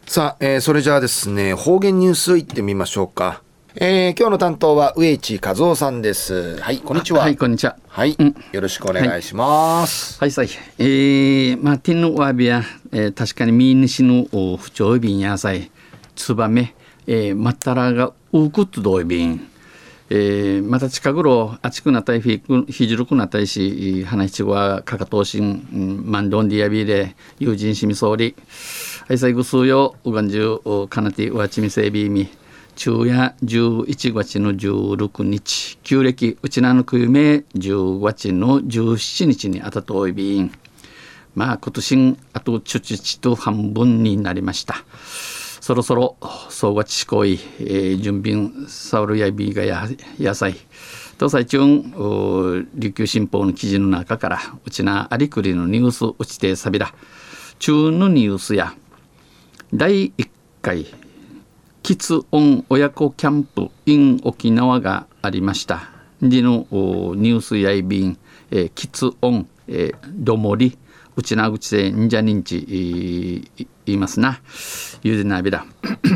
さあ、それじゃあですね、方言ニュースいってみましょうか。今日の担当は上地和夫さんです。はい、こんにちは。 はい、こんにちは。 はい、よろしくお願いします。 はい、さい。ティンのわびや、確かにみんしの不調便やさい、つばめ、まったらがうくっとどい便。また近頃暑くなったりひじるくなったりし花七はかかとうしんマンドンディアビーで友人しみそうりはいさいぐすうようがんじゅうかなてうわちみせいびみ昼夜11月の16日旧暦うちなのくゆめ10月の17日にあたといびん今年あとちゅちちと半分になりました。そろそろ総合地行為、準備サウルやビーガや野菜東西中琉球新報の記事の中からうちなありくりのニュースうちてさびら中のニュースや第1回喫音親子キャンプ in 沖縄がありました。でのニュースやいびん、喫音、どもりうちなぐちでんじゃにんち言いますな。ゆでなびら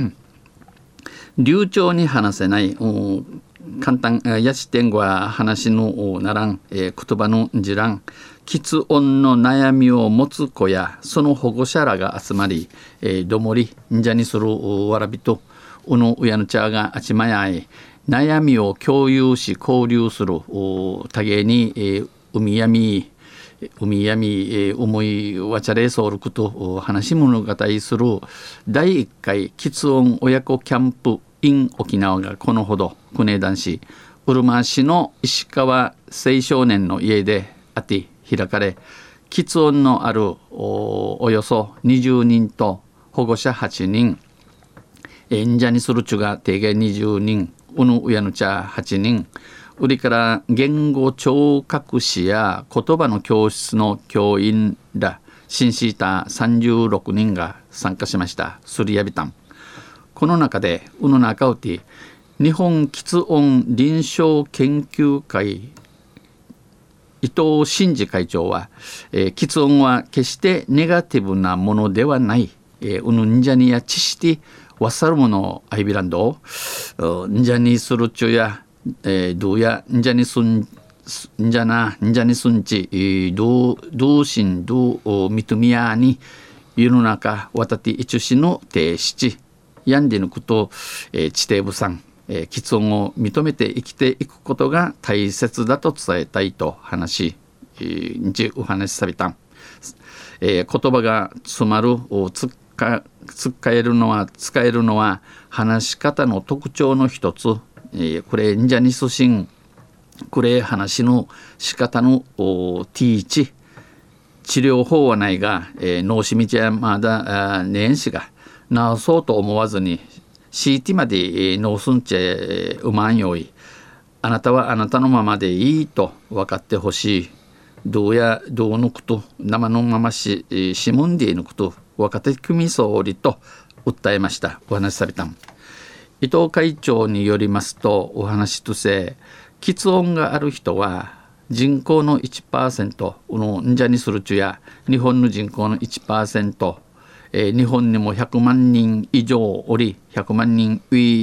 流暢に話せない簡単やし点は話のならん、言葉のじらん喫音の悩みを持つ子やその保護者らが集まり、どもりんじゃにするわらびとうのうやのちゃがあちまやい悩みを共有し交流する多芸に、海闇思いわちゃれそうること話物語する第1回喫音親子キャンプ in 沖縄がこのほど国枝男子うるま市の石川青少年の家であって開かれ喫音のある およそ20人と保護者8人演者にするちゅが定芸20人うぬうやぬちゃ8人売りから言語聴覚士や言葉の教室の教員ら新シーター36人が参加しました。スリヤビタンこの中でうぬなかうて日本喫音臨床研究会伊藤真二会長は、喫音は決してネガティブなものではない、うぬんじゃにや知してわさるものアイビランドんじゃにするちゅやどうやんじゃにすんじゃなんじゃにすんちどうしんどうみとみやに世の中わたていちゅしのてしちやんでぬくと地底部さん喫音を認めて生きていくことが大切だと伝えたいと話にお話しされた、言葉が詰まる使えるのは話し方の特徴の一つこれんじゃにすしんこれ話の仕方のティーチ治療法はないが、脳死みちゃまだ年始が治そうと思わずにシーティまで脳すんちゃうまんよいあなたはあなたのままでいいと分かってほしいどうのこと生のまましむんでいぬこと若手組総理と訴えました。お話しされた伊藤会長によりますとお話とせ喫音がある人は人口の 1% のんじゃにするちゅや日本の人口の 1%、日本にも100万人以上おり100万人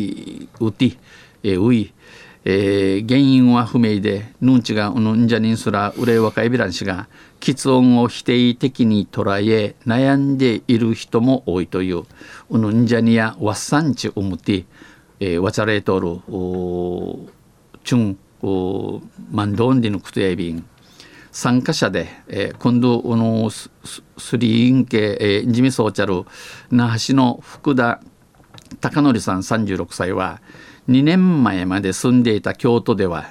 原因は不明でヌンチがんじゃにんすらうれわかいびらんしが喫音を否定的に捉え悩んでいる人も多いというんじゃにやわっさんちうむてわちゃれとるチュンマンドンディのクトヤビン参加者で、今度スリーン系ジミソーチャル那覇市の福田貴則さん36歳は2年前まで住んでいた京都では、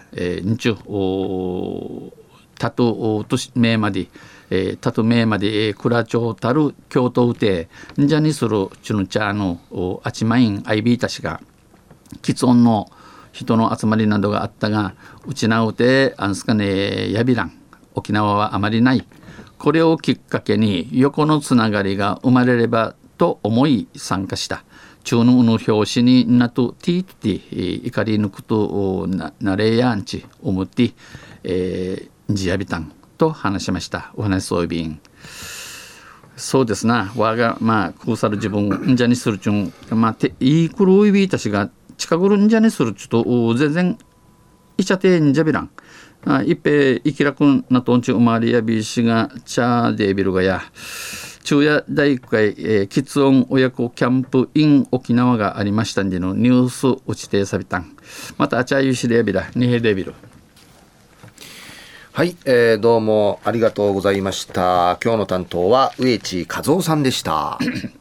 タト名まで蔵町たる京都うてんじゃにするチュヌチャーのあちまいんアイビーたちが喫音の人の集まりなどがあったがうちなうてあんすかねやびらん沖縄はあまりないこれをきっかけに横のつながりが生まれればと思い参加した中の表紙になとティーティ怒り抜くとなれやんち思ってジやびたんと話しました。お話そうびんそうですな。わがまあくうさる自分んじゃにするちゅん、まあていいくるいびいたしが近くるんじゃにするちゅと全然いちゃてんじゃびらん。一平いきらくんなとんちゅうまわりやびしがチャーデービルがや昼夜第1回、キツオン親子キャンプイン沖縄がありましたんでのニュース打ちてさびたん。またあちゃゆしでやびらにへデビル。 はい、どうもありがとうございました。今日の担当は植地和夫さんでした。